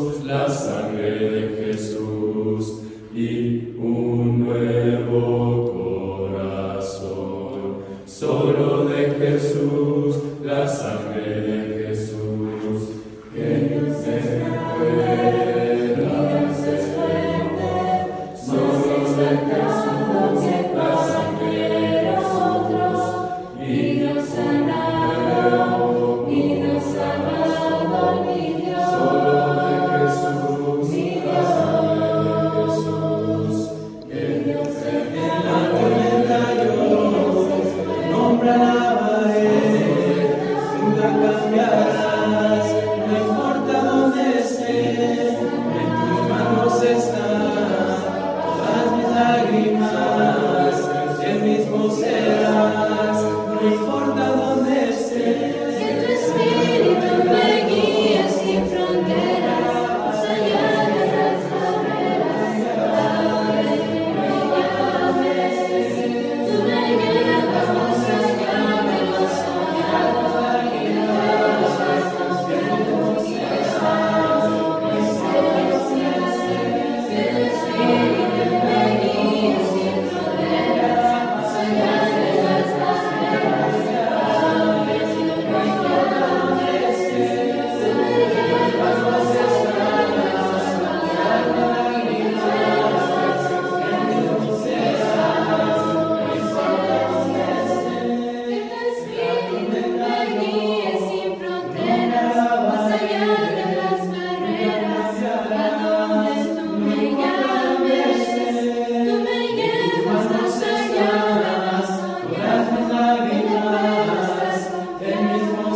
la sangre de Jesús y un nuevo corazón. Solo de Jesús, la sangre de Jesús, que no se pueda desprender. Solo de Jesús, la sangre de nosotros, y nos sanado, mi Dios. Solo de Jesús, la sangre de Jesús, que Dios se en la tormenta yo nombre alabaré, nunca cambiarás, no importa dónde estés, en tus manos están todas mis lágrimas, el mismo serás, no importa dónde estés. Que tu espíritu me guíe sin fronteras, más allá de las barreras, a donde tú me llames. Tú me llevas más allá de lo soñado, y de los pasos que hemos trazado. Que tu espíritu me guíe sin fronteras, más allá de las barreras, a donde tú me llames. Tú me llevas más allá de lo soñado, y de los pasos que hemos trazado. Que tu espíritu me guíe sin fronteras, más allá de las barreras, a donde tú me llames. Tú me llevas más allá de lo soñado, y de los pasos que hemos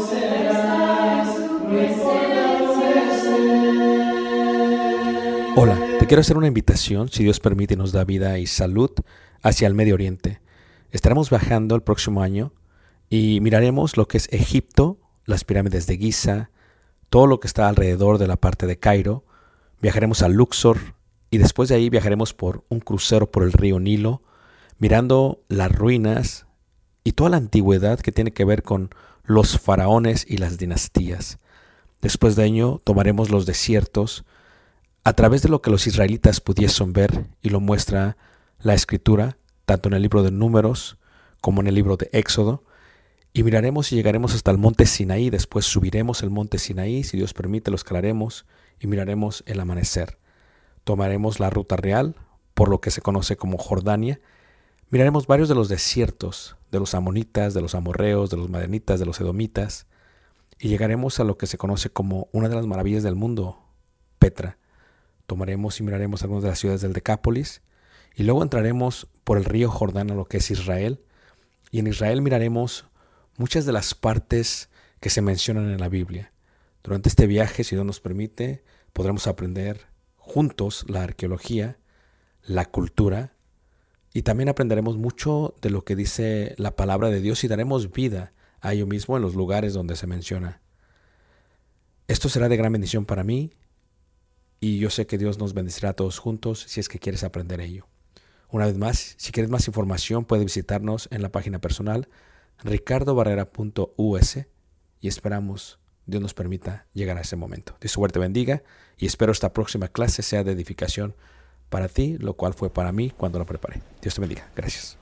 trazado. Hola, te quiero hacer una invitación, si Dios permite y nos da vida y salud, hacia el Medio Oriente. Estaremos viajando el próximo año y miraremos lo que es Egipto, las pirámides de Giza, todo lo que está alrededor de la parte de Cairo. Viajaremos a Luxor y después de ahí viajaremos por un crucero por el río Nilo, mirando las ruinas y toda la antigüedad que tiene que ver con los faraones y las dinastías. Después de ello tomaremos los desiertos a través de lo que los israelitas pudiesen ver, y lo muestra la Escritura, tanto en el libro de Números como en el libro de Éxodo, y miraremos y llegaremos hasta el monte Sinaí. Después subiremos el monte Sinaí, si Dios permite lo escalaremos y miraremos el amanecer. Tomaremos la ruta real por lo que se conoce como Jordania. Miraremos varios de los desiertos, de los amonitas, de los amorreos, de los madianitas, de los edomitas, y llegaremos a lo que se conoce como una de las maravillas del mundo, Petra. Tomaremos y miraremos algunas de las ciudades del Decápolis, y luego entraremos por el río Jordán a lo que es Israel, y en Israel miraremos muchas de las partes que se mencionan en la Biblia. Durante este viaje, si Dios nos permite, podremos aprender juntos la arqueología, la cultura, y también aprenderemos mucho de lo que dice la palabra de Dios y daremos vida a ello mismo en los lugares donde se menciona. Esto será de gran bendición para mí, y yo sé que Dios nos bendecirá a todos juntos si es que quieres aprender ello. Una vez más, si quieres más información, puedes visitarnos en la página personal ricardobarrera.us, y esperamos Dios nos permita llegar a ese momento. Dios suerte bendiga, y espero esta próxima clase sea de edificación para ti, lo cual fue para mí cuando la preparé. Dios te bendiga. Gracias.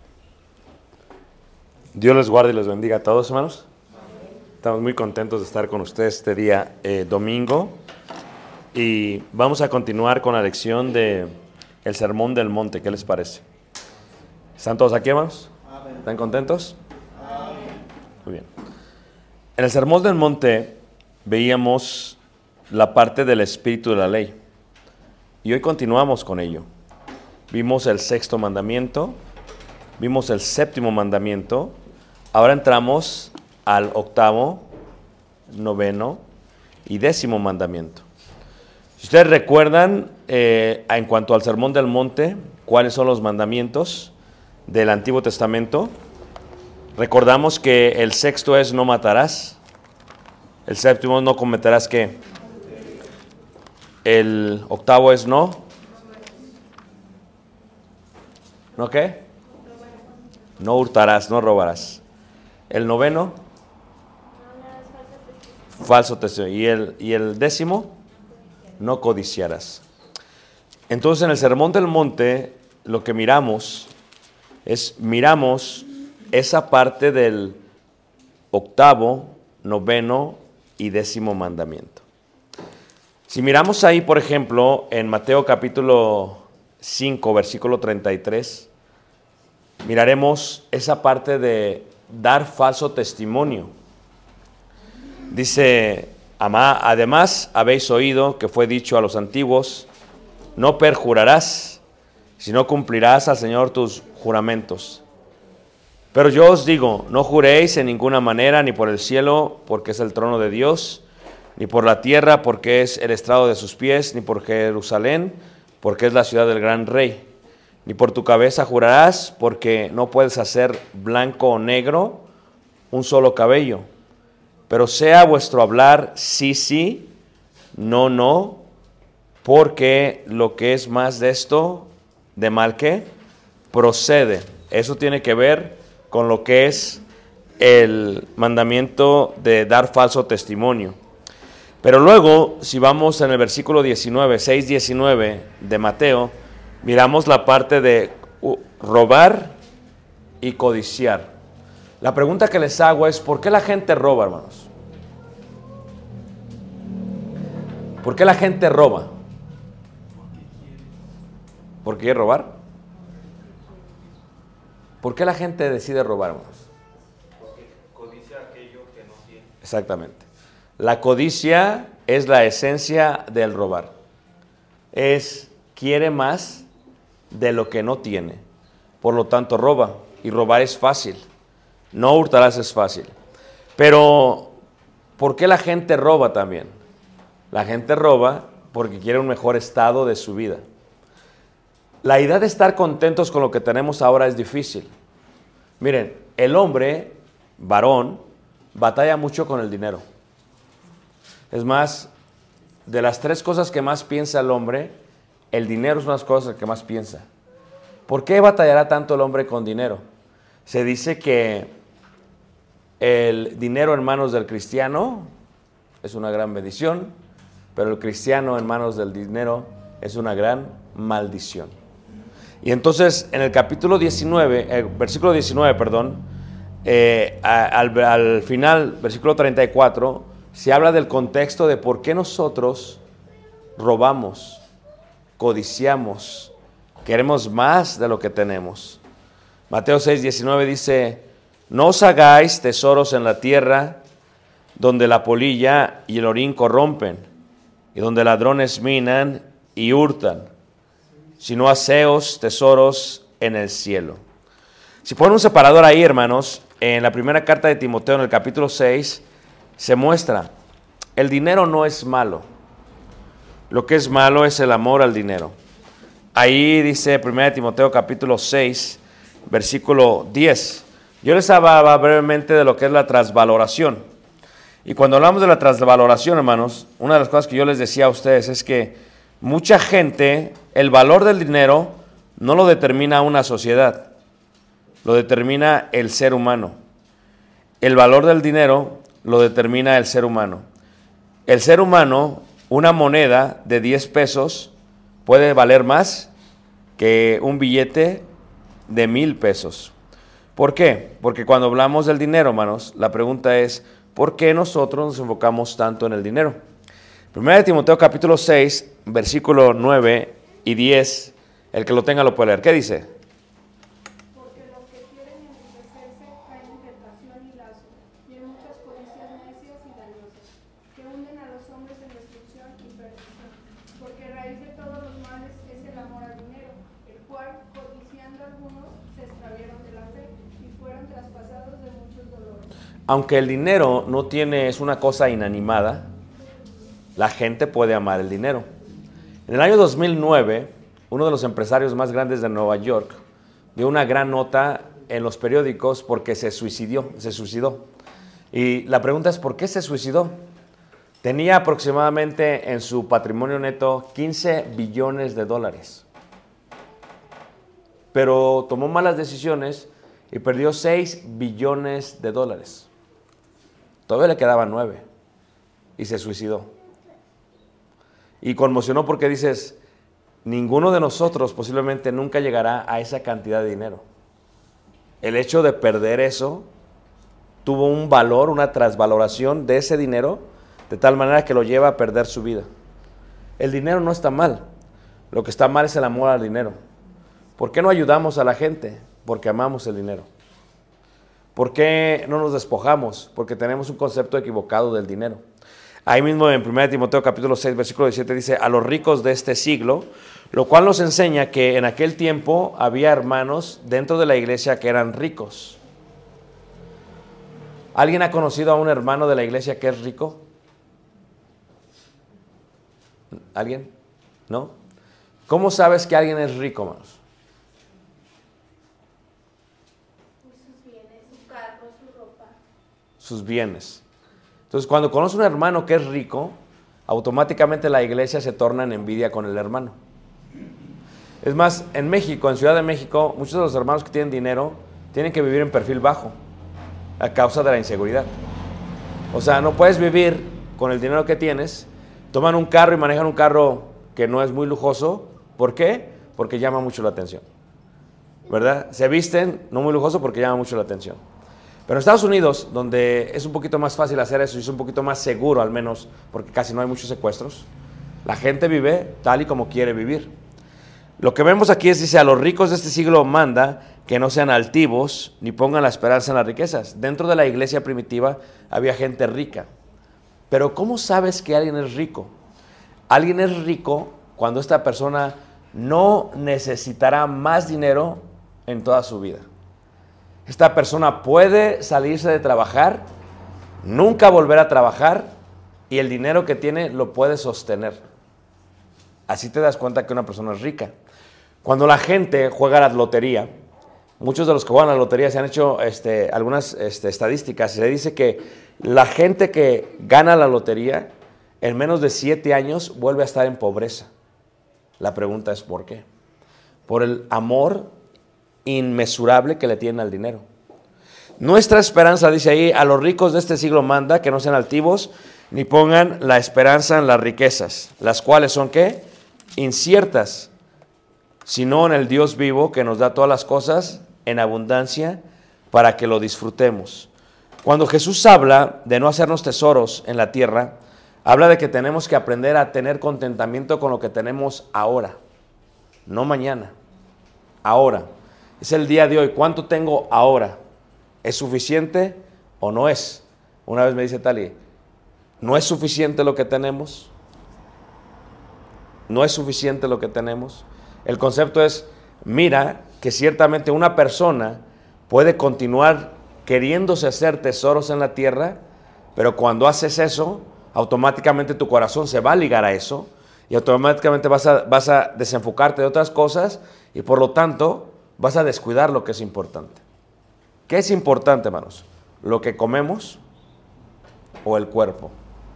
Dios les guarde y les bendiga a todos, hermanos. Estamos muy contentos de estar con ustedes este día domingo, y vamos a continuar con la lección de el Sermón del Monte. ¿Qué les parece? ¿Están todos aquí, hermanos? ¿Están contentos? Muy bien. En el Sermón del Monte veíamos la parte del espíritu de la ley, y hoy continuamos con ello. Vimos el sexto mandamiento, vimos el séptimo mandamiento, ahora entramos al octavo, noveno y décimo mandamiento. Si ustedes recuerdan, en cuanto al Sermón del Monte, ¿cuáles son los mandamientos del Antiguo Testamento? Recordamos que el sexto es no matarás, el séptimo no cometerás ¿qué? El octavo es ¿no qué? No hurtarás, no robarás. El noveno, falso testimonio. ¿Y el décimo? no codiciarás. Entonces en el Sermón del Monte lo que miramos esa parte del 8º, 9º y 10º mandamiento. Si miramos ahí, por ejemplo, en Mateo capítulo 5, versículo 33, miraremos esa parte de dar falso testimonio. Dice, además habéis oído que fue dicho a los antiguos, no perjurarás, sino cumplirás al Señor tus juramentos. Pero yo os digo, no juréis en ninguna manera, ni por el cielo, porque es el trono de Dios, ni por la tierra, porque es el estrado de sus pies, ni por Jerusalén, porque es la ciudad del gran rey. Ni por tu cabeza jurarás, porque no puedes hacer blanco o negro un solo cabello. Pero sea vuestro hablar sí, sí, no, no, porque lo que es más de esto, de mal que procede. Eso tiene que ver con lo que es el mandamiento de dar falso testimonio. Pero luego, si vamos en el versículo 19, 6:19 de Mateo, miramos la parte de robar y codiciar. La pregunta que les hago es, ¿por qué la gente roba, hermanos? ¿Por qué la gente roba? ¿Por qué quiere robar? ¿Por qué la gente decide robar, hermanos? Porque codicia aquello que no tiene. Exactamente. La codicia es la esencia del robar. Quiere más de lo que no tiene. Por lo tanto, roba. Y robar es fácil. No hurtarás es fácil. Pero, ¿por qué la gente roba también? La gente roba porque quiere un mejor estado de su vida. La idea de estar contentos con lo que tenemos ahora es difícil. Miren, el hombre, varón, batalla mucho con el dinero. Es más, de las 3 cosas que más piensa el hombre, el dinero es una de las cosas que más piensa. ¿Por qué batallará tanto el hombre con dinero? Se dice que el dinero en manos del cristiano es una gran bendición, pero el cristiano en manos del dinero es una gran maldición. Y entonces en el capítulo 19, versículo 19, al final, versículo 34, se habla del contexto de por qué nosotros robamos, codiciamos, queremos más de lo que tenemos. Mateo 6:19 dice, no os hagáis tesoros en la tierra, donde la polilla y el orín corrompen, y donde ladrones minan y hurtan, sino haceos tesoros en el cielo. Si ponen un separador ahí, hermanos, en la primera carta de Timoteo, en el capítulo 6, se muestra, el dinero no es malo. Lo que es malo es el amor al dinero. Ahí dice 1 Timoteo capítulo 6, versículo 10. Yo les hablaba brevemente de lo que es la transvaloración. Y cuando hablamos de la transvaloración, hermanos, una de las cosas que yo les decía a ustedes es que mucha gente, el valor del dinero no lo determina una sociedad, lo determina el ser humano. El valor del dinero lo determina el ser humano. El ser humano, una moneda de 10 pesos puede valer más que un billete de 1,000 pesos. ¿Por qué? Porque cuando hablamos del dinero, hermanos, la pregunta es, ¿por qué nosotros nos enfocamos tanto en el dinero? 1 Timoteo capítulo 6, versículo 9 y 10, el que lo tenga lo puede leer. ¿Qué dice? Porque los que quieren enriquecerse caen en tentación y lazo, y en muchas codicias necias y dañosas, que hunden a los hombres en destrucción y perdición. Porque raíz de todos los males es el amor al dinero, el cual, codiciando algunos, se extraviaron de la fe y fueron traspasados de muchos dolores. Aunque el dinero es una cosa inanimada, la gente puede amar el dinero. En el año 2009, uno de los empresarios más grandes de Nueva York dio una gran nota en los periódicos porque se suicidó. Y la pregunta es, ¿por qué se suicidó? Tenía aproximadamente en su patrimonio neto 15 billones de dólares. Pero tomó malas decisiones y perdió 6 billones de dólares. Todavía le quedaban 9 y se suicidó. Y conmocionó porque dices, ninguno de nosotros posiblemente nunca llegará a esa cantidad de dinero. El hecho de perder eso tuvo un valor, una trasvaloración de ese dinero, de tal manera que lo lleva a perder su vida. El dinero no está mal, lo que está mal es el amor al dinero. ¿Por qué no ayudamos a la gente? Porque amamos el dinero. ¿Por qué no nos despojamos? Porque tenemos un concepto equivocado del dinero. Ahí mismo en 1 Timoteo capítulo 6, versículo 17 dice, a los ricos de este siglo, lo cual nos enseña que en aquel tiempo había hermanos dentro de la iglesia que eran ricos. ¿Alguien ha conocido a un hermano de la iglesia que es rico? ¿Alguien? ¿No? ¿Cómo sabes que alguien es rico, hermanos? Sus bienes, su carro, su ropa. Sus bienes. Entonces, cuando conoce un hermano que es rico, automáticamente la iglesia se torna en envidia con el hermano. Es más, en México, en Ciudad de México, muchos de los hermanos que tienen dinero tienen que vivir en perfil bajo a causa de la inseguridad. O sea, no puedes vivir con el dinero que tienes, toman un carro y manejan un carro que no es muy lujoso. ¿Por qué? Porque llama mucho la atención, ¿verdad? Se visten no muy lujoso porque llama mucho la atención. Pero en Estados Unidos, donde es un poquito más fácil hacer eso y es un poquito más seguro al menos, porque casi no hay muchos secuestros, la gente vive tal y como quiere vivir. Lo que vemos aquí es, dice, a los ricos de este siglo manda que no sean altivos ni pongan la esperanza en las riquezas. Dentro de la iglesia primitiva había gente rica. Pero ¿cómo sabes que alguien es rico? Alguien es rico cuando esta persona no necesitará más dinero en toda su vida. Esta persona puede salirse de trabajar, nunca volver a trabajar y el dinero que tiene lo puede sostener. Así te das cuenta que una persona es rica. Cuando la gente juega a la lotería, muchos de los que juegan a la lotería se han hecho algunas estadísticas. Se dice que la gente que gana la lotería en menos de 7 años vuelve a estar en pobreza. La pregunta es ¿por qué? Por el amor inmesurable que le tienen al dinero. Nuestra esperanza, dice ahí, a los ricos de este siglo manda que no sean altivos ni pongan la esperanza en las riquezas, las cuales son ¿qué? Inciertas, sino en el Dios vivo que nos da todas las cosas en abundancia para que lo disfrutemos. Cuando Jesús habla de no hacernos tesoros en la tierra, habla de que tenemos que aprender a tener contentamiento con lo que tenemos ahora, no mañana, ahora. Es el día de hoy. ¿Cuánto tengo ahora? ¿Es suficiente o no es? Una vez me dice Tali, ¿no es suficiente lo que tenemos? ¿No es suficiente lo que tenemos? El concepto es, mira que ciertamente una persona puede continuar queriéndose hacer tesoros en la tierra, pero cuando haces eso, automáticamente tu corazón se va a ligar a eso y automáticamente vas a desenfocarte de otras cosas y por lo tanto vas a descuidar lo que es importante. ¿Qué es importante, hermanos? ¿Lo que comemos o el cuerpo?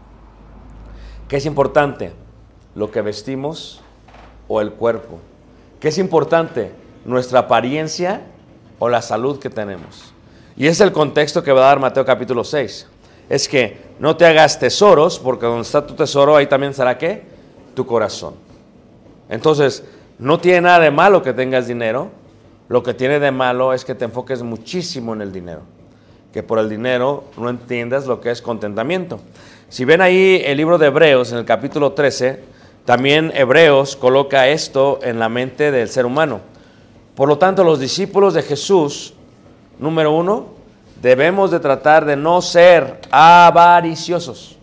¿Qué es importante? ¿Lo que vestimos o el cuerpo? ¿Qué es importante? ¿Nuestra apariencia o la salud que tenemos? Y ese es el contexto que va a dar Mateo capítulo 6. Es que no te hagas tesoros, porque donde está tu tesoro, ahí también estará ¿qué? Tu corazón. Entonces, no tiene nada de malo que tengas dinero. Lo que tiene de malo es que te enfoques muchísimo en el dinero. Que por el dinero no entiendas lo que es contentamiento. Si ven ahí el libro de Hebreos, en el capítulo 13, también Hebreos coloca esto en la mente del ser humano. Por lo tanto, los discípulos de Jesús, número 1, debemos de tratar de no ser avariciosos.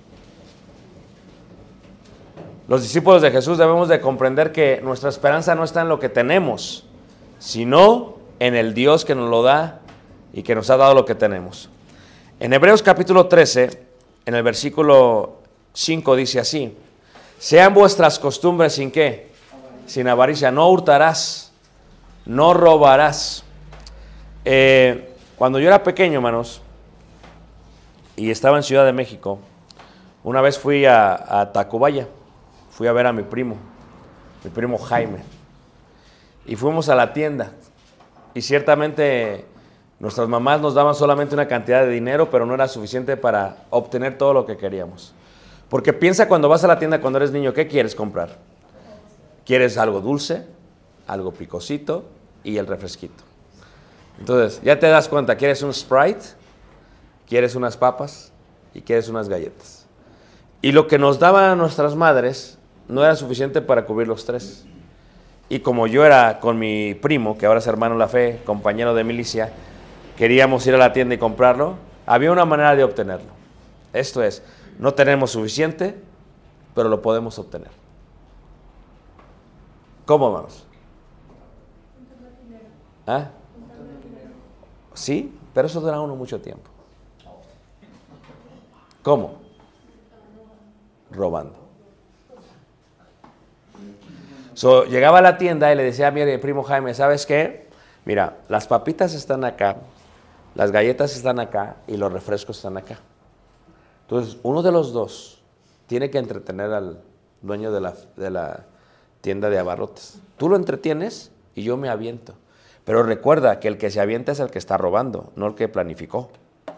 Los discípulos de Jesús debemos de comprender que nuestra esperanza no está en lo que tenemos, sino en el Dios que nos lo da y que nos ha dado lo que tenemos. En Hebreos capítulo 13, en el versículo 5 dice así, sean vuestras costumbres sin ¿qué? Sin avaricia, no hurtarás, no robarás. Cuando yo era pequeño, hermanos, y estaba en Ciudad de México, una vez fui a Tacubaya, fui a ver a mi primo Jaime. Y fuimos a la tienda y ciertamente nuestras mamás nos daban solamente una cantidad de dinero, pero no era suficiente para obtener todo lo que queríamos. Porque piensa cuando vas a la tienda cuando eres niño, ¿qué quieres comprar? ¿Quieres algo dulce, algo picosito y el refresquito? Entonces, ya te das cuenta, quieres un Sprite, quieres unas papas y quieres unas galletas. Y lo que nos daban nuestras madres no era suficiente para cubrir los tres. Y como yo era con mi primo, que ahora es hermano La Fe, compañero de milicia, queríamos ir a la tienda y comprarlo, había una manera de obtenerlo. Esto es, no tenemos suficiente, pero lo podemos obtener. ¿Cómo, hermanos? ¿Ah? Sí, pero eso dura uno mucho tiempo. ¿Cómo? Robando. Llegaba a la tienda y le decía a mi primo Jaime, ¿sabes qué? Mira, las papitas están acá, las galletas están acá y los refrescos están acá. Entonces, uno de los dos tiene que entretener al dueño de la tienda de abarrotes. Tú lo entretienes y yo me aviento. Pero recuerda que el que se avienta es el que está robando, no el que planificó.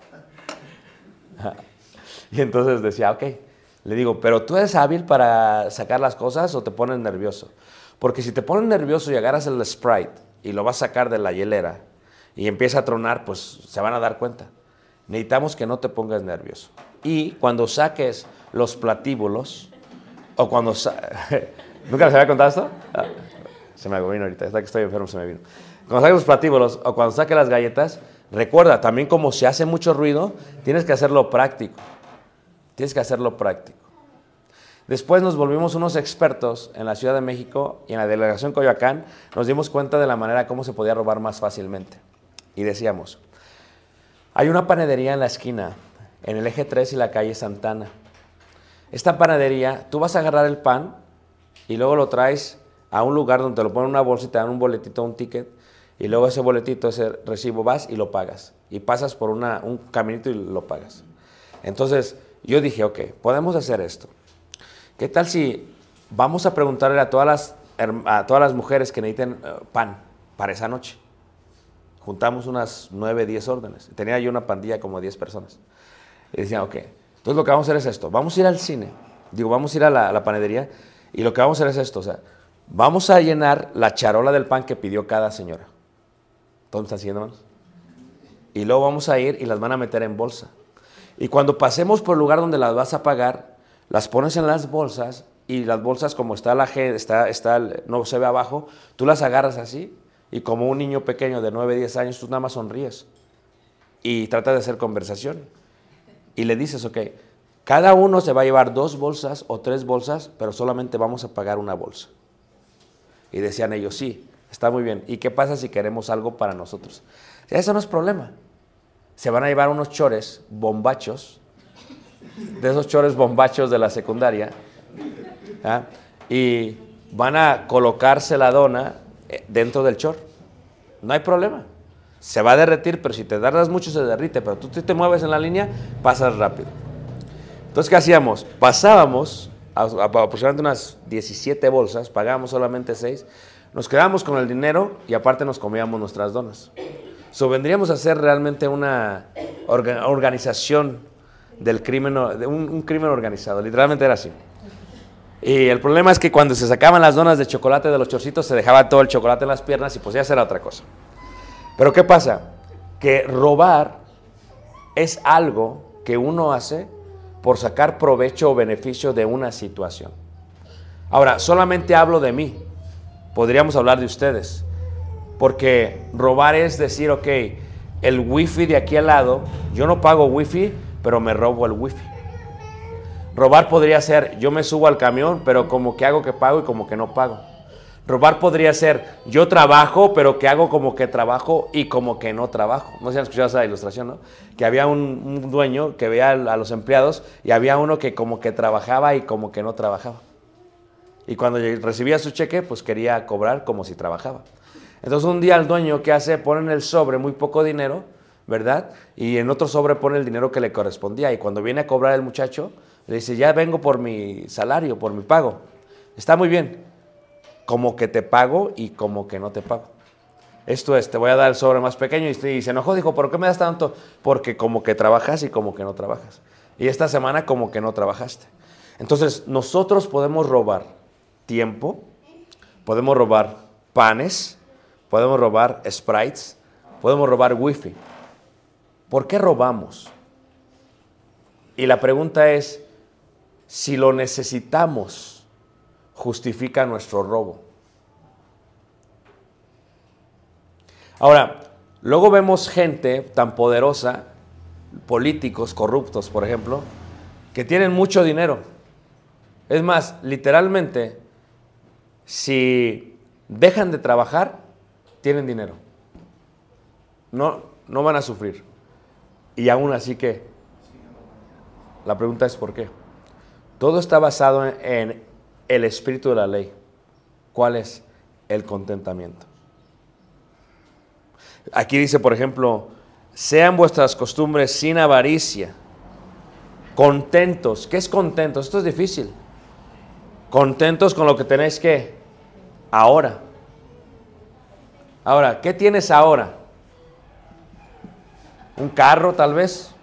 Y entonces decía, ok. Le digo, ¿pero tú eres hábil para sacar las cosas o te pones nervioso? Porque si te pones nervioso y agarras el Sprite y lo vas a sacar de la hielera y empieza a tronar, pues se van a dar cuenta. Necesitamos que no te pongas nervioso. Y cuando saques los platíbulos, o cuando... ¿Nunca les había contado esto? Se me vino ahorita, hasta que estoy enfermo se me vino. Cuando saques los platíbulos o cuando saques las galletas, recuerda, también como se hace mucho ruido, tienes que hacerlo práctico. Tienes que hacerlo práctico. Después nos volvimos unos expertos en la Ciudad de México y en la delegación Coyoacán, nos dimos cuenta de la manera como se podía robar más fácilmente. Y decíamos, hay una panadería en la esquina, en el eje 3 y la calle Santana. Esta panadería, tú vas a agarrar el pan y luego lo traes a un lugar donde te lo ponen en una bolsa y te dan un boletito, un ticket, y luego ese boletito, ese recibo, vas y lo pagas. Y pasas por un caminito y lo pagas. Entonces, yo dije, ok, podemos hacer esto. ¿Qué tal si vamos a preguntarle a todas las mujeres que necesiten pan para esa noche? Juntamos unas 9, 10 órdenes. Tenía yo una pandilla como 10 personas. Y decían, ok, entonces lo que vamos a hacer es esto. Vamos a ir al cine. Vamos a ir a la panadería y lo que vamos a hacer es esto. O sea, vamos a llenar la charola del pan que pidió cada señora. ¿Todos me están siguiendo, hermanos? Y luego vamos a ir y las van a meter en bolsa. Y cuando pasemos por el lugar donde las vas a pagar, las pones en las bolsas y las bolsas como está no se ve abajo, tú las agarras así y como un niño pequeño de 9, 10 años, tú nada más sonríes y tratas de hacer conversación. Y le dices, ok, cada uno se va a llevar 2 bolsas o 3 bolsas, pero solamente vamos a pagar una bolsa. Y decían ellos, sí, está muy bien. ¿Y qué pasa si queremos algo para nosotros? Eso no es problema. Se van a llevar unos chores bombachos, de esos chores bombachos de la secundaria, ¿ah? Y van a colocarse la dona dentro del chor. No hay problema. Se va a derretir, pero si te tardas mucho se derrite, pero tú te mueves en la línea, pasas rápido. Entonces, ¿qué hacíamos? Pasábamos aproximadamente unas 17 bolsas, pagábamos solamente 6, nos quedábamos con el dinero y aparte nos comíamos nuestras donas. Vendríamos a hacer realmente una organización del crimen, un crimen organizado, literalmente era así. Y el problema es que cuando se sacaban las donas de chocolate de los chorcitos, se dejaba todo el chocolate en las piernas y pues ya era otra cosa. Pero ¿qué pasa? Que robar es algo que uno hace por sacar provecho o beneficio de una situación. Ahora, solamente hablo de mí, podríamos hablar de ustedes. Porque robar es decir, ok, el wifi de aquí al lado, yo no pago wifi, pero me robo el wifi. Robar podría ser, yo me subo al camión, pero como que hago que pago y como que no pago. Robar podría ser, yo trabajo, pero que hago como que trabajo y como que no trabajo. No sé si han escuchado esa ilustración, ¿no? Que había un dueño que veía a los empleados y había uno que como que trabajaba y como que no trabajaba. Y cuando recibía su cheque, pues quería cobrar como si trabajaba. Entonces un día el dueño, ¿qué hace? Pone en el sobre muy poco dinero, ¿verdad? Y en otro sobre pone el dinero que le correspondía. Y cuando viene a cobrar el muchacho, le dice, ya vengo por mi salario, por mi pago. Está muy bien. Como que te pago y como que no te pago. Esto es, te voy a dar el sobre más pequeño. Y se enojó, dijo, ¿por qué me das tanto? Porque como que trabajas y como que no trabajas. Y esta semana como que no trabajaste. Entonces, nosotros podemos robar tiempo, podemos robar panes, podemos robar Sprites, podemos robar Wi-Fi. ¿Por qué robamos? Y la pregunta es, si lo necesitamos, ¿justifica nuestro robo? Ahora, luego vemos gente tan poderosa, políticos corruptos, por ejemplo, que tienen mucho dinero. Es más, literalmente, si dejan de trabajar, tienen dinero. No van a sufrir. Y aún así que, la pregunta es ¿por qué? Todo está basado en el espíritu de la ley. ¿Cuál es? El contentamiento. Aquí dice, por ejemplo, sean vuestras costumbres sin avaricia, contentos. ¿Qué es contentos? Esto es difícil. Contentos con lo que tenéis que ahora. Ahora, ¿qué tienes ahora? ¿Un carro tal vez?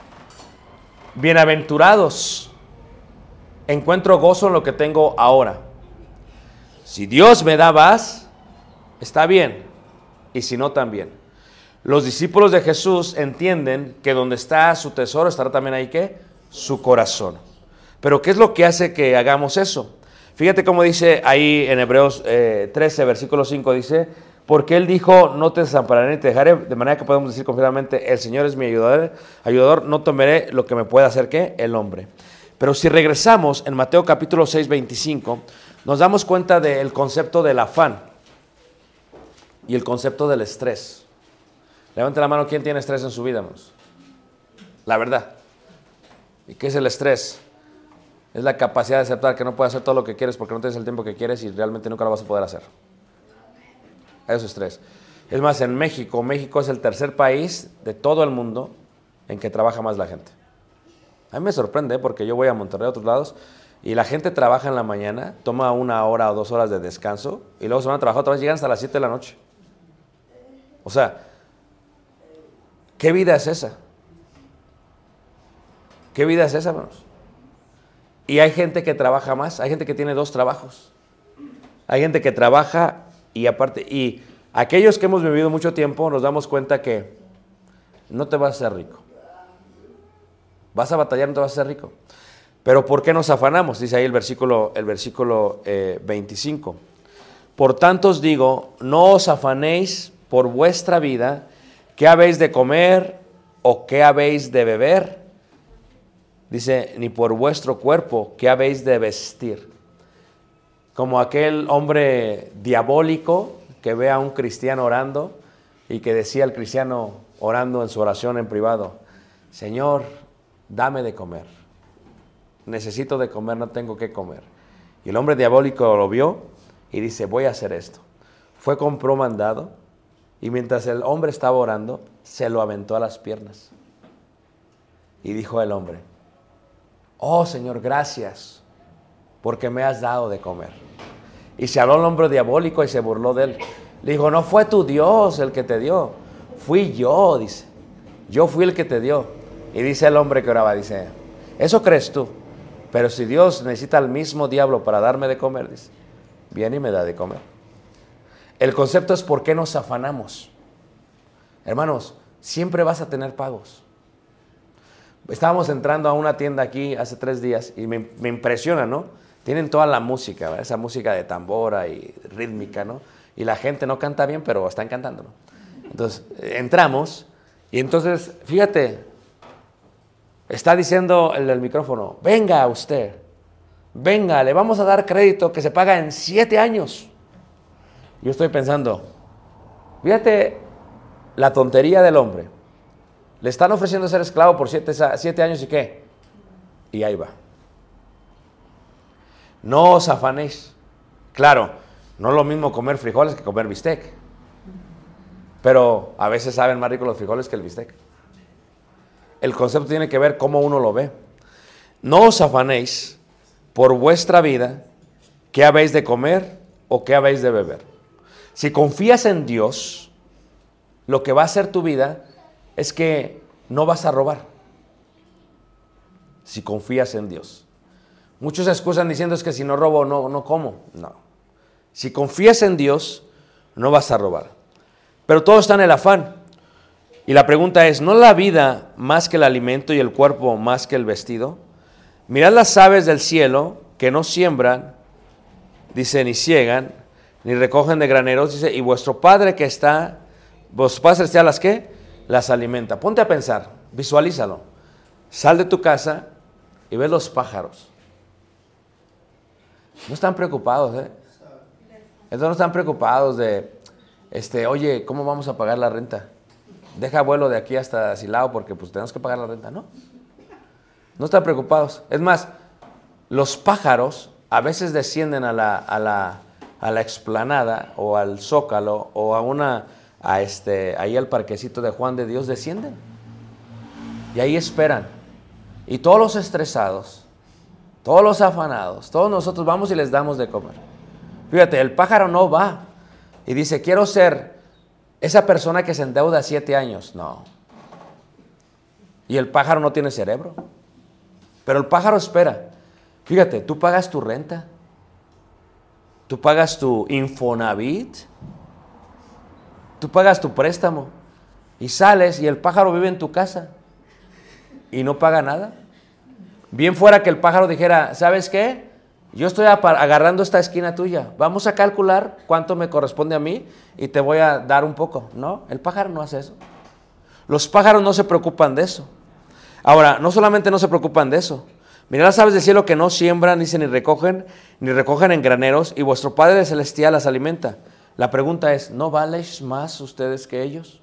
Bienaventurados. Encuentro gozo en lo que tengo ahora. Si Dios me da más, está bien. Y si no, también. Los discípulos de Jesús entienden que donde está su tesoro, estará también ahí, ¿qué? Su corazón. Pero ¿qué es lo que hace que hagamos eso? Fíjate cómo dice ahí en Hebreos 13, versículo 5, dice, porque Él dijo, no te desampararé ni te dejaré, de manera que podemos decir confiadamente, el Señor es mi ayudador, no temeré lo que me pueda hacer, ¿qué? El hombre. Pero si regresamos en Mateo capítulo 6, 25, nos damos cuenta del concepto del afán y el concepto del estrés. Levante la mano, ¿quién tiene estrés en su vida, hermanos? La verdad. ¿Y qué es el estrés? Es la capacidad de aceptar que no puedes hacer todo lo que quieres porque no tienes el tiempo que quieres y realmente nunca lo vas a poder hacer. Eso es estrés. Es más, en México es el tercer país de todo el mundo en que trabaja más la gente. A mí me sorprende porque yo voy a Monterrey a otros lados y la gente trabaja en la mañana, toma 1 hora o 2 horas de descanso y luego se van a trabajar otra vez, llegan hasta las 7 de la noche. O sea, ¿qué vida es esa? ¿Qué vida es esa, hermanos? Y hay gente que trabaja más, hay gente que tiene 2 trabajos. Hay gente que trabaja y aparte, y aquellos que hemos vivido mucho tiempo nos damos cuenta que no te vas a hacer rico. Vas a batallar, no te vas a hacer rico. Pero ¿por qué nos afanamos? Dice ahí el versículo 25. Por tanto os digo, no os afanéis por vuestra vida, ¿qué habéis de comer o qué habéis de beber? Dice, ni por vuestro cuerpo, ¿qué habéis de vestir? Como aquel hombre diabólico que ve a un cristiano orando y que decía al cristiano orando en su oración en privado, Señor, dame de comer. Necesito de comer, no tengo que comer. Y el hombre diabólico lo vio y dice, voy a hacer esto. Fue, compró mandado y mientras el hombre estaba orando, se lo aventó a las piernas. Y dijo el hombre, oh Señor, gracias porque me has dado de comer. Y se habló el hombre diabólico y se burló de él. Le dijo, no fue tu Dios el que te dio, fui yo, dice. Yo fui el que te dio. Y dice el hombre que oraba, dice, eso crees tú. Pero si Dios necesita al mismo diablo para darme de comer, dice, viene y me da de comer. El concepto es por qué nos afanamos. Hermanos, siempre vas a tener pagos. Estábamos entrando a una tienda aquí hace 3 días y me impresiona, ¿no? Tienen toda la música, ¿verdad? Esa música de tambora y rítmica, ¿no? Y la gente no canta bien, pero están cantando, ¿no? Entonces, entramos y entonces, fíjate, está diciendo el del micrófono, venga usted, venga, le vamos a dar crédito que se paga en 7 años. Yo estoy pensando, fíjate la tontería del hombre. Le están ofreciendo ser esclavo por 7 años y ¿qué? Y ahí va. No os afanéis. Claro, no es lo mismo comer frijoles que comer bistec. Pero a veces saben más ricos los frijoles que el bistec. El concepto tiene que ver cómo uno lo ve. No os afanéis por vuestra vida, qué habéis de comer o qué habéis de beber. Si confías en Dios, lo que va a hacer tu vida es que no vas a robar. Si confías en Dios. Muchos se excusan diciendo es que si no robo, no como. No. Si confías en Dios, no vas a robar. Pero todo está en el afán. Y la pregunta es, ¿no la vida más que el alimento y el cuerpo más que el vestido? Mirad las aves del cielo que no siembran, dice, ni ciegan, ni recogen de graneros, dice, y vuestro Padre que está, vuestro Padre celestial, ¿las qué? Las alimenta. Ponte a pensar, visualízalo. Sal de tu casa y ves los pájaros. No están preocupados, Entonces no están preocupados de, oye, ¿cómo vamos a pagar la renta? Deja vuelo de aquí hasta Silao porque pues tenemos que pagar la renta, ¿no? No están preocupados. Es más, los pájaros a veces descienden a la explanada o al Zócalo o ahí al parquecito de Juan de Dios, descienden. Y ahí esperan. Y todos los estresados, todos los afanados, todos nosotros vamos y les damos de comer. Fíjate, el pájaro no va y dice, quiero ser esa persona que se endeuda 7 años. No. Y el pájaro no tiene cerebro. Pero el pájaro espera. Fíjate, tú pagas tu renta. Tú pagas tu Infonavit. Tú pagas tu préstamo. Y sales y el pájaro vive en tu casa. Y no paga nada. Bien fuera que el pájaro dijera, ¿sabes qué? Yo estoy agarrando esta esquina tuya. Vamos a calcular cuánto me corresponde a mí y te voy a dar un poco. No, el pájaro no hace eso. Los pájaros no se preocupan de eso. Ahora, no solamente no se preocupan de eso. Mirad las aves del cielo que no siembran, ni recogen en graneros, y vuestro Padre Celestial las alimenta. La pregunta es, ¿no valéis más ustedes que ellos?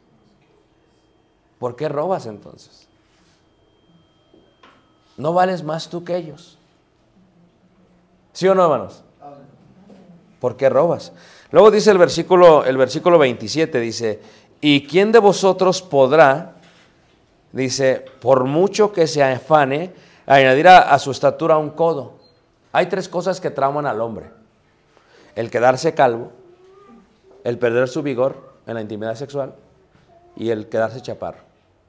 ¿Por qué robas entonces? ¿No vales más tú que ellos? ¿Sí o no, hermanos? ¿Por qué robas? Luego dice el versículo 27, dice, ¿y quién de vosotros podrá, dice, por mucho que se afane, añadir a su estatura un codo? Hay 3 cosas que trauman al hombre. El quedarse calvo, el perder su vigor en la intimidad sexual y el quedarse chaparro.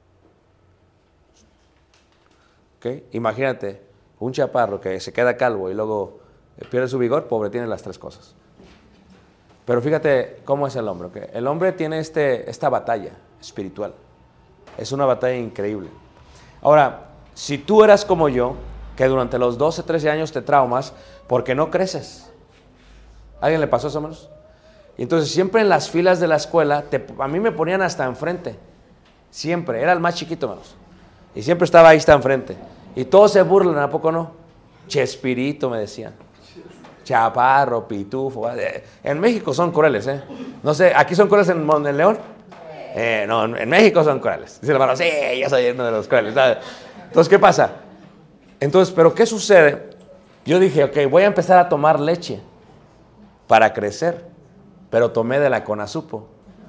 ¿Okay? Imagínate, un chaparro que se queda calvo y luego pierde su vigor, pobre, tiene las 3 cosas. Pero fíjate cómo es el hombre. ¿Okay? El hombre tiene esta batalla espiritual. Es una batalla increíble. Ahora, si tú eras como yo, que durante los 12, 13 años te traumas porque no creces. ¿A alguien le pasó eso, hermanos? Y entonces siempre en las filas de la escuela, a mí me ponían hasta enfrente. Siempre, era el más chiquito, hermanos. Y siempre estaba ahí hasta enfrente. Y todos se burlan, ¿a poco no? Chespirito, me decían. Chaparro, pitufo. En México son crueles, No sé, ¿aquí son crueles en León? No, en México son crueles. Dice el hermano, sí, yo soy uno de los crueles. Entonces, ¿qué pasa? Entonces, ¿pero qué sucede? Yo dije, ok, voy a empezar a tomar leche para crecer. Pero tomé de la Conazupo.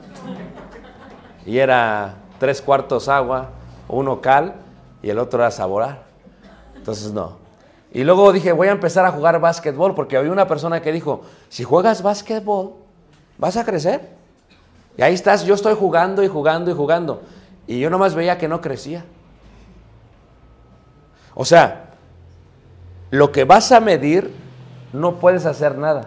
Y era 3/4 agua, 1 cal y el otro era saborar. Entonces, no. Y luego dije, voy a empezar a jugar básquetbol porque había una persona que dijo, si juegas básquetbol, vas a crecer. Y ahí estás, yo estoy jugando y jugando y jugando. Y yo nomás veía que no crecía. O sea, lo que vas a medir, no puedes hacer nada.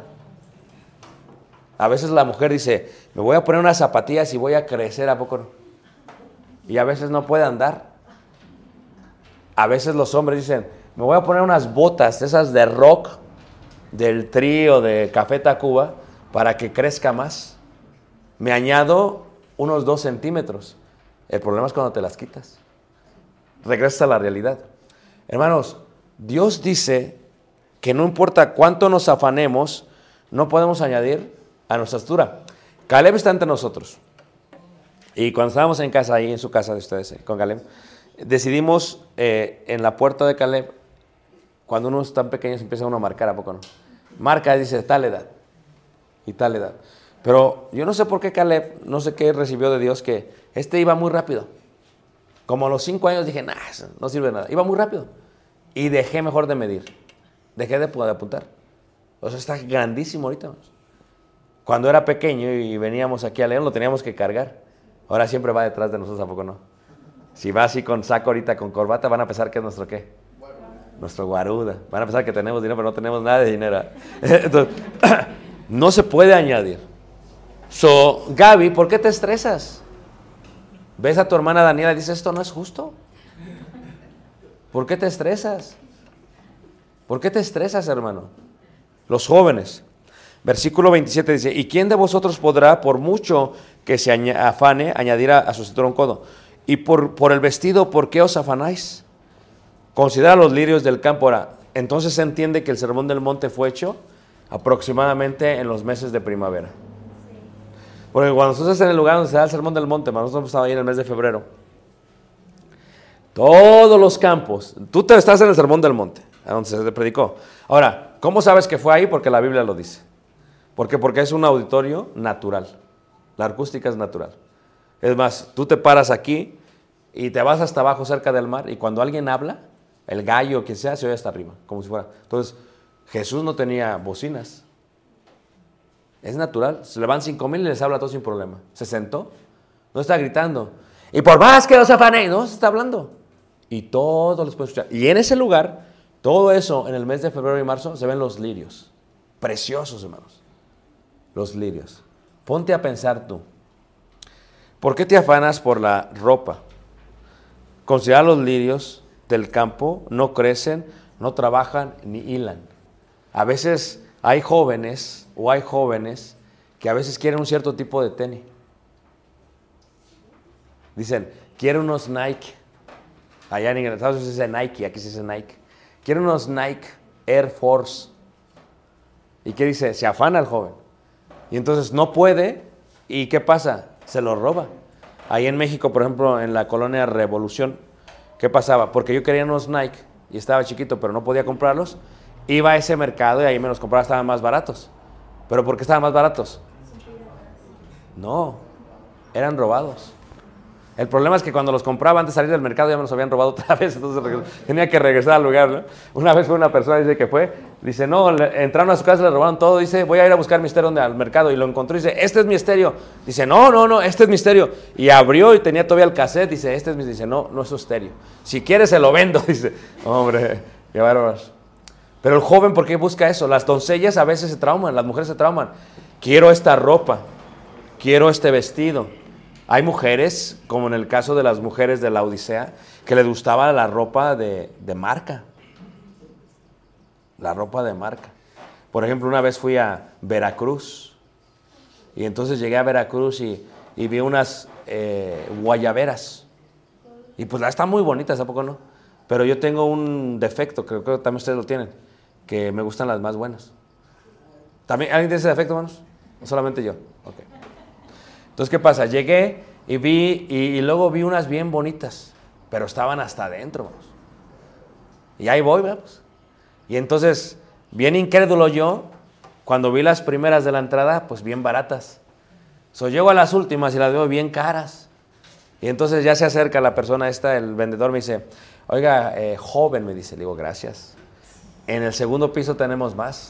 A veces la mujer dice, me voy a poner unas zapatillas y voy a crecer, ¿a poco no? Y a veces no puede andar. A veces los hombres dicen, me voy a poner unas botas, esas de rock, del Tri o de Café Tacuba, para que crezca más. Me añado unos 2 centímetros. El problema es cuando te las quitas. Regresas a la realidad. Hermanos, Dios dice que no importa cuánto nos afanemos, no podemos añadir a nuestra estatura. Caleb está entre nosotros. Y cuando estábamos en casa, ahí en su casa de ustedes, con Caleb, decidimos en la puerta de Caleb, cuando uno es tan pequeño, empieza uno a marcar, ¿a poco no? Marca y dice tal edad y tal edad. Pero yo no sé por qué Caleb, no sé qué recibió de Dios, que iba muy rápido. Como a los 5 años dije, nah, no sirve de nada. Iba muy rápido. Y dejé mejor de medir. Dejé de apuntar. O sea, está grandísimo ahorita. Cuando era pequeño y veníamos aquí a León, lo teníamos que cargar. Ahora siempre va detrás de nosotros, ¿a poco no? Si va así con saco ahorita, con corbata, van a pensar que es nuestro ¿qué? Nuestro guaruda. Van a pensar que tenemos dinero, pero no tenemos nada de dinero. Entonces, no se puede añadir. Gaby, ¿por qué te estresas? ¿Ves a tu hermana Daniela y dices, esto no es justo? ¿Por qué te estresas? ¿Por qué te estresas, hermano? Los jóvenes. Versículo 27 dice, ¿y quién de vosotros podrá, por mucho que se afane, añadir a su cintura un codo? Y por el vestido, ¿por qué os afanáis? Considera los lirios del campo. Ahora, entonces se entiende que el sermón del monte fue hecho aproximadamente en los meses de primavera. Porque cuando tú estás en el lugar donde se da el sermón del monte, nosotros hemos estado ahí en el mes de febrero, todos los campos, tú estás en el sermón del monte, a donde se predicó. Ahora, ¿cómo sabes que fue ahí? Porque la Biblia lo dice. ¿Por qué? Porque es un auditorio natural. La acústica es natural. Es más, tú te paras aquí y te vas hasta abajo cerca del mar y cuando alguien habla, el gallo, quien sea, se oye hasta arriba, como si fuera. Entonces, Jesús no tenía bocinas. Es natural. Se le van 5,000 y les habla todo sin problema. Se sentó, no está gritando. Y por más que os afanéis, no, se está hablando. Y todos les pueden escuchar. Y en ese lugar, todo eso, en el mes de febrero y marzo, se ven los lirios. Preciosos, hermanos. Los lirios. Ponte a pensar tú. ¿Por qué te afanas por la ropa? Considera los lirios del campo, no crecen, no trabajan ni hilan. A veces hay jóvenes que a veces quieren un cierto tipo de tenis. Dicen, quiero unos Nike. Allá en Estados Unidos se dice Nike, aquí se dice Nike. Quiero unos Nike Air Force. ¿Y qué dice? Se afana el joven. Y entonces no puede, ¿y qué pasa? Se lo roba. Ahí en México, por ejemplo, en la colonia Revolución, ¿qué pasaba? Porque yo quería unos Nike y estaba chiquito, pero no podía comprarlos. Iba a ese mercado y ahí me los compraba, estaban más baratos. ¿Pero por qué estaban más baratos? No, eran robados. El problema es que cuando los compraba antes de salir del mercado ya me los habían robado otra vez, entonces tenía que regresar al lugar, ¿no? Una vez fue una persona, dice, no, entraron a su casa, le robaron todo, dice, voy a ir a buscar mi estéreo al mercado, y lo encontró y dice, este es mi estéreo. Dice, no, este es mi estéreo. Y abrió y tenía todavía el cassette, dice, este es mi, dice, no es su estéreo. Si quieres se lo vendo, dice, hombre, qué bárbaros. Pero el joven, ¿por qué busca eso? Las doncellas a veces se trauman, las mujeres se trauman. Quiero esta ropa, quiero este vestido. Hay mujeres, como en el caso de las mujeres de la Odisea, que les gustaba la ropa de marca. La ropa de marca. Por ejemplo, una vez fui a Veracruz. Y entonces llegué a Veracruz y vi unas guayaberas. Y pues están muy bonitas, ¿a poco no? Pero yo tengo un defecto, creo que también ustedes lo tienen, que me gustan las más buenas. ¿También alguien tiene ese defecto, hermanos? ¿O solamente yo? Ok. Entonces, ¿qué pasa? Llegué y vi, y luego vi unas bien bonitas, pero estaban hasta adentro, hermanos. Y ahí voy, ¿verdad? Y entonces, bien incrédulo yo, cuando vi las primeras de la entrada, pues bien baratas. Llego a las últimas y las veo bien caras. Y entonces ya se acerca la persona esta, el vendedor me dice, oiga, joven, me dice, le digo, gracias. En el segundo piso tenemos más.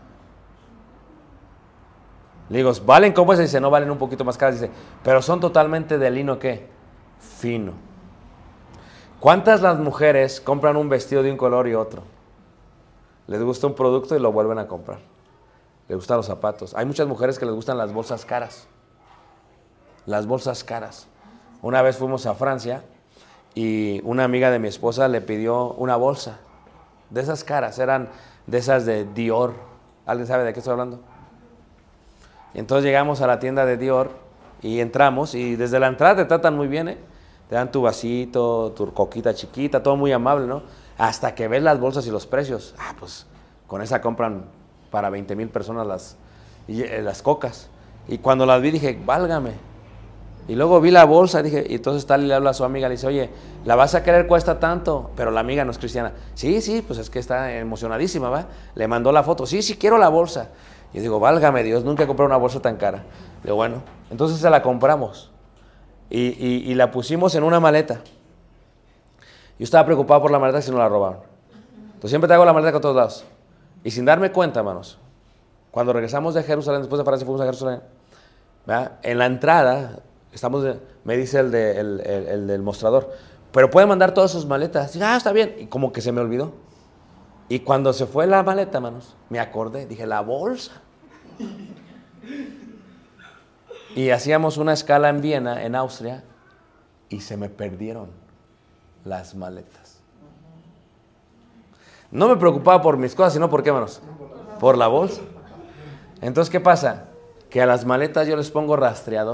Le digo, ¿valen cómo es? Dice, no, valen un poquito más caras. Dice, pero son totalmente de lino, ¿qué? Fino. ¿Cuántas las mujeres compran un vestido de un color y otro? Les gusta un producto y lo vuelven a comprar. Les gustan los zapatos. Hay muchas mujeres que les gustan las bolsas caras. Las bolsas caras. Una vez fuimos a Francia y una amiga de mi esposa le pidió una bolsa. De esas caras, eran de esas de Dior. ¿Alguien sabe de qué estoy hablando? Y entonces llegamos a la tienda de Dior y entramos y desde la entrada te tratan muy bien, ¿eh? Te dan tu vasito, tu coquita chiquita, todo muy amable, ¿no? Hasta que ves las bolsas y los precios. Pues con esa compran para 20,000 personas las cocas. Y cuando las vi dije, válgame. Y luego vi la bolsa, dije, y entonces tal le habla a su amiga, le dice, oye, ¿la vas a querer? Cuesta tanto. Pero la amiga no es cristiana. Sí, pues es que está emocionadísima, ¿va? Le mandó la foto. Sí, quiero la bolsa. Y yo digo, válgame Dios, nunca he comprado una bolsa tan cara. Digo, bueno, entonces se la compramos. Y la pusimos en una maleta. Yo estaba preocupado por la maleta si no la robaron. Entonces siempre traigo la maleta con todos lados. Y sin darme cuenta, hermanos, cuando regresamos de Jerusalén, después de Francia fuimos a Jerusalén, ¿verdad? En la entrada, me dice el del mostrador, pero pueden mandar todas sus maletas. Y, está bien. Y como que se me olvidó. Y cuando se fue la maleta, hermanos, me acordé, dije, la bolsa. Y hacíamos una escala en Viena, en Austria, y se me perdieron las maletas. No me preocupaba por mis cosas, sino por qué, hermanos, por la bolsa. Entonces, ¿qué pasa? Que a las maletas yo les pongo rastreador.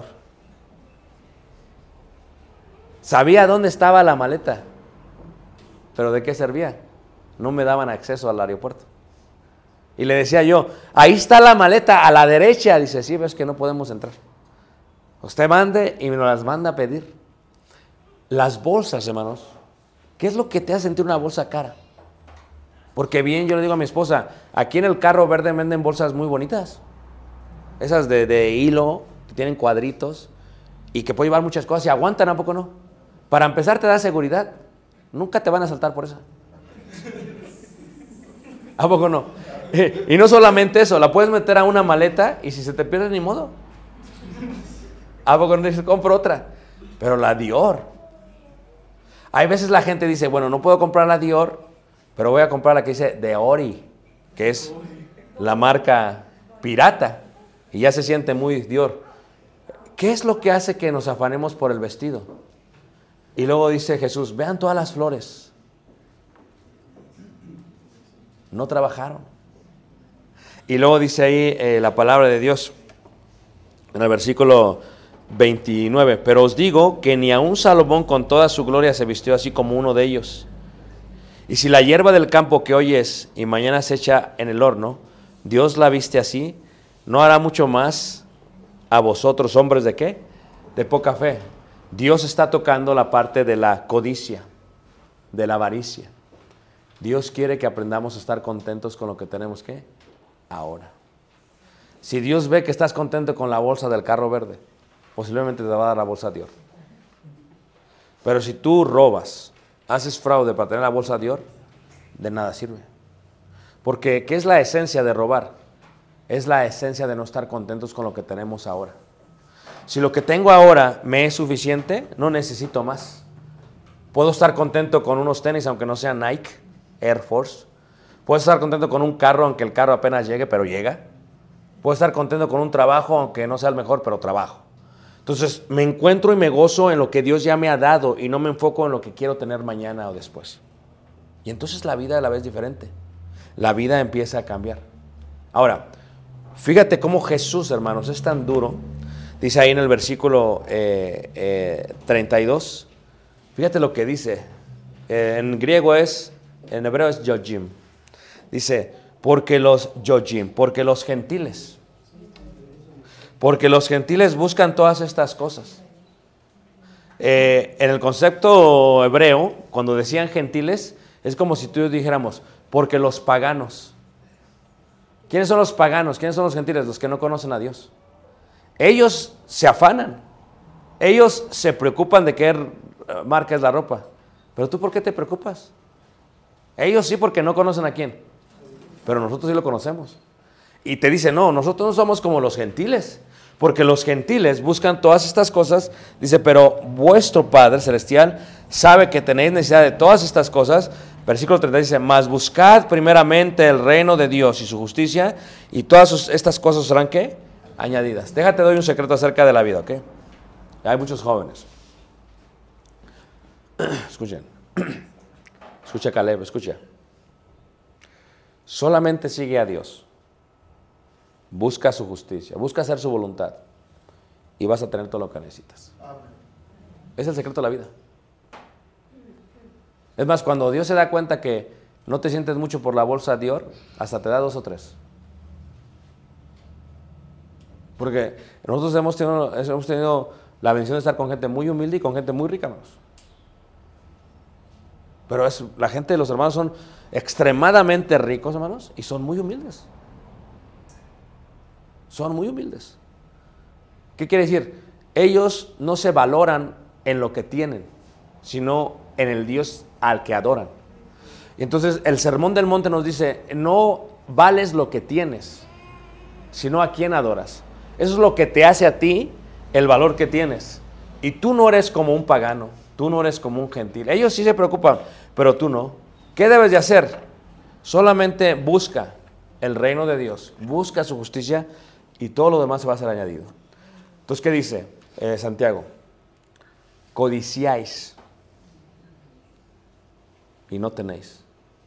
Sabía dónde estaba la maleta, pero ¿de qué servía? No me daban acceso al aeropuerto. Y le decía yo, ahí está la maleta, a la derecha. Dice, sí, ves que no podemos entrar. Usted mande y me las manda a pedir. Las bolsas, hermanos, ¿qué es lo que te hace sentir una bolsa cara? Porque bien, yo le digo a mi esposa, aquí en el carro verde venden bolsas muy bonitas. Esas de hilo, que tienen cuadritos y que pueden llevar muchas cosas y aguantan, ¿a poco no? Para empezar te da seguridad. Nunca te van a saltar por eso. ¿A poco no? Y no solamente eso, la puedes meter a una maleta y si se te pierde, ni modo. ¿A poco no? Dices, compro otra. Pero la Dior. Hay veces la gente dice, bueno, no puedo comprar la Dior, pero voy a comprar la que dice Diori, que es la marca pirata. Y ya se siente muy Dior. ¿Qué es lo que hace que nos afanemos por el vestido? Y luego dice Jesús, vean todas las flores. No trabajaron. Y luego dice ahí la palabra de Dios, en el versículo 29, pero os digo que ni aun Salomón con toda su gloria se vistió así como uno de ellos. Y si la hierba del campo que hoy es y mañana se echa en el horno, Dios la viste así, ¿no hará mucho más a vosotros, hombres de qué? De poca fe. Dios está tocando la parte de la codicia, de la avaricia. Dios quiere que aprendamos a estar contentos con lo que tenemos que ahora. Si Dios ve que estás contento con la bolsa del carro verde, posiblemente te va a dar la bolsa Dior. Pero si tú robas, haces fraude para tener la bolsa Dior, de nada sirve. Porque ¿qué es la esencia de robar? Es la esencia de no estar contentos con lo que tenemos ahora. Si lo que tengo ahora me es suficiente, no necesito más. Puedo estar contento con unos tenis, aunque no sean Nike, Air Force. Puedo estar contento con un carro, aunque el carro apenas llegue, pero llega. Puedo estar contento con un trabajo, aunque no sea el mejor, pero trabajo. Entonces me encuentro y me gozo en lo que Dios ya me ha dado y no me enfoco en lo que quiero tener mañana o después. Y entonces la vida a la vez diferente. La vida empieza a cambiar. Ahora, fíjate cómo Jesús, hermanos, es tan duro. Dice ahí en el versículo 32. Fíjate lo que dice. En griego es, en hebreo es yojim. Dice, porque los gentiles. Porque los gentiles buscan todas estas cosas. En el concepto hebreo, cuando decían gentiles, es como si tú y yo dijéramos, porque los paganos. ¿Quiénes son los paganos? ¿Quiénes son los gentiles? Los que no conocen a Dios. Ellos se afanan. Ellos se preocupan de qué marca es la ropa. Pero tú, ¿por qué te preocupas? Ellos sí, porque no conocen a quién. Pero nosotros sí lo conocemos. Y te dice, no, nosotros no somos como los gentiles. Porque los gentiles buscan todas estas cosas. Dice, pero vuestro Padre Celestial sabe que tenéis necesidad de todas estas cosas. Versículo 30 dice, mas buscad primeramente el reino de Dios y su justicia, y todas estas cosas serán, ¿qué? Añadidas. Déjate, doy un secreto acerca de la vida, ¿ok? Hay muchos jóvenes. Escuchen. Escucha, Caleb, escucha. Solamente sigue a Dios. Busca su justicia, busca hacer su voluntad y vas a tener todo lo que necesitas. Es el secreto de la vida. Es más, cuando Dios se da cuenta que no te sientes mucho por la bolsa Dior, hasta te da 2 o 3. Porque nosotros hemos tenido la bendición de estar con gente muy humilde y con gente muy rica, hermanos. Pero la gente de los hermanos son extremadamente ricos, hermanos, y son muy humildes. Son muy humildes. ¿Qué quiere decir? Ellos no se valoran en lo que tienen, sino en el Dios al que adoran. Y entonces el Sermón del Monte nos dice, no vales lo que tienes, sino a quién adoras. Eso es lo que te hace a ti el valor que tienes. Y tú no eres como un pagano, tú no eres como un gentil. Ellos sí se preocupan, pero tú no. ¿Qué debes de hacer? Solamente busca el reino de Dios, busca su justicia y todo lo demás se va a ser añadido. Entonces, ¿qué dice Santiago? Codiciáis y no tenéis.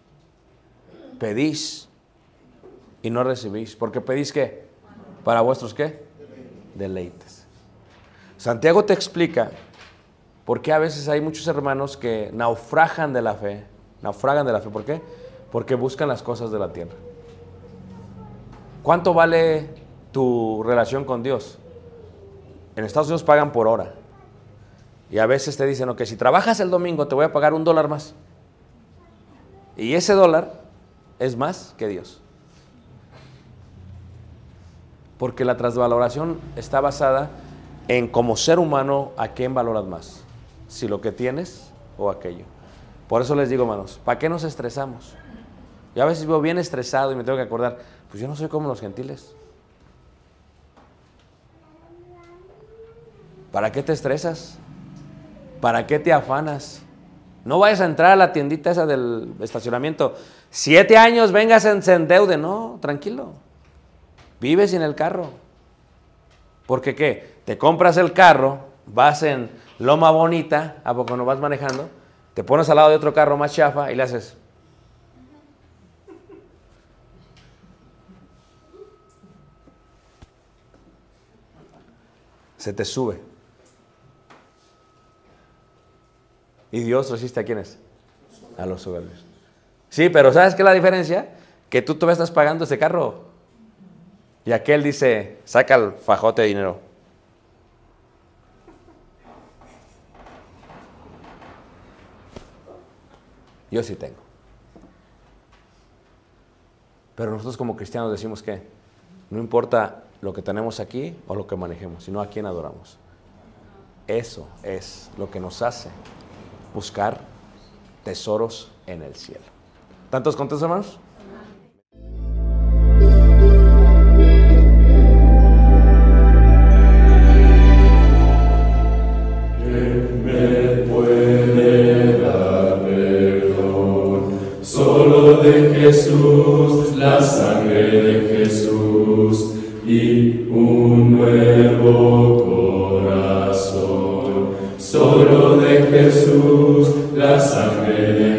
Pedís y no recibís. ¿Porque pedís qué? ¿Para vuestros qué? Deleites. Santiago te explica por qué a veces hay muchos hermanos que naufragan de la fe. ¿Por qué? Porque buscan las cosas de la tierra. ¿Cuánto vale tu relación con Dios? En Estados Unidos pagan por hora. Y a veces te dicen, ok, si trabajas el domingo te voy a pagar $1 más. Y ese $1 es más que Dios. Porque la transvaloración está basada en, como ser humano, a quién valoras más. Si lo que tienes o aquello. Por eso les digo, hermanos, ¿para qué nos estresamos? Yo a veces vivo bien estresado y me tengo que acordar, pues yo no soy como los gentiles. ¿Para qué te estresas? ¿Para qué te afanas? No vayas a entrar a la tiendita esa del estacionamiento. 7 años, vengas, se endeude. No, tranquilo. Vives en el carro. ¿Porque qué? Te compras el carro, vas en Loma Bonita, ¿a poco no vas manejando? Te pones al lado de otro carro más chafa y le haces. Se te sube. ¿Y Dios resiste a quiénes? A los soberbios. Sí, pero ¿sabes qué es la diferencia? Que tú todavía estás pagando ese carro. Y aquel dice, saca el fajote de dinero. Yo sí tengo. Pero nosotros como cristianos decimos que no importa lo que tenemos aquí o lo que manejemos, sino a quién adoramos. Eso es lo que nos hace buscar tesoros en el cielo. ¿Tantos contentos, hermanos? De Jesús, la sangre de Jesús y un nuevo corazón. Solo de Jesús, la sangre de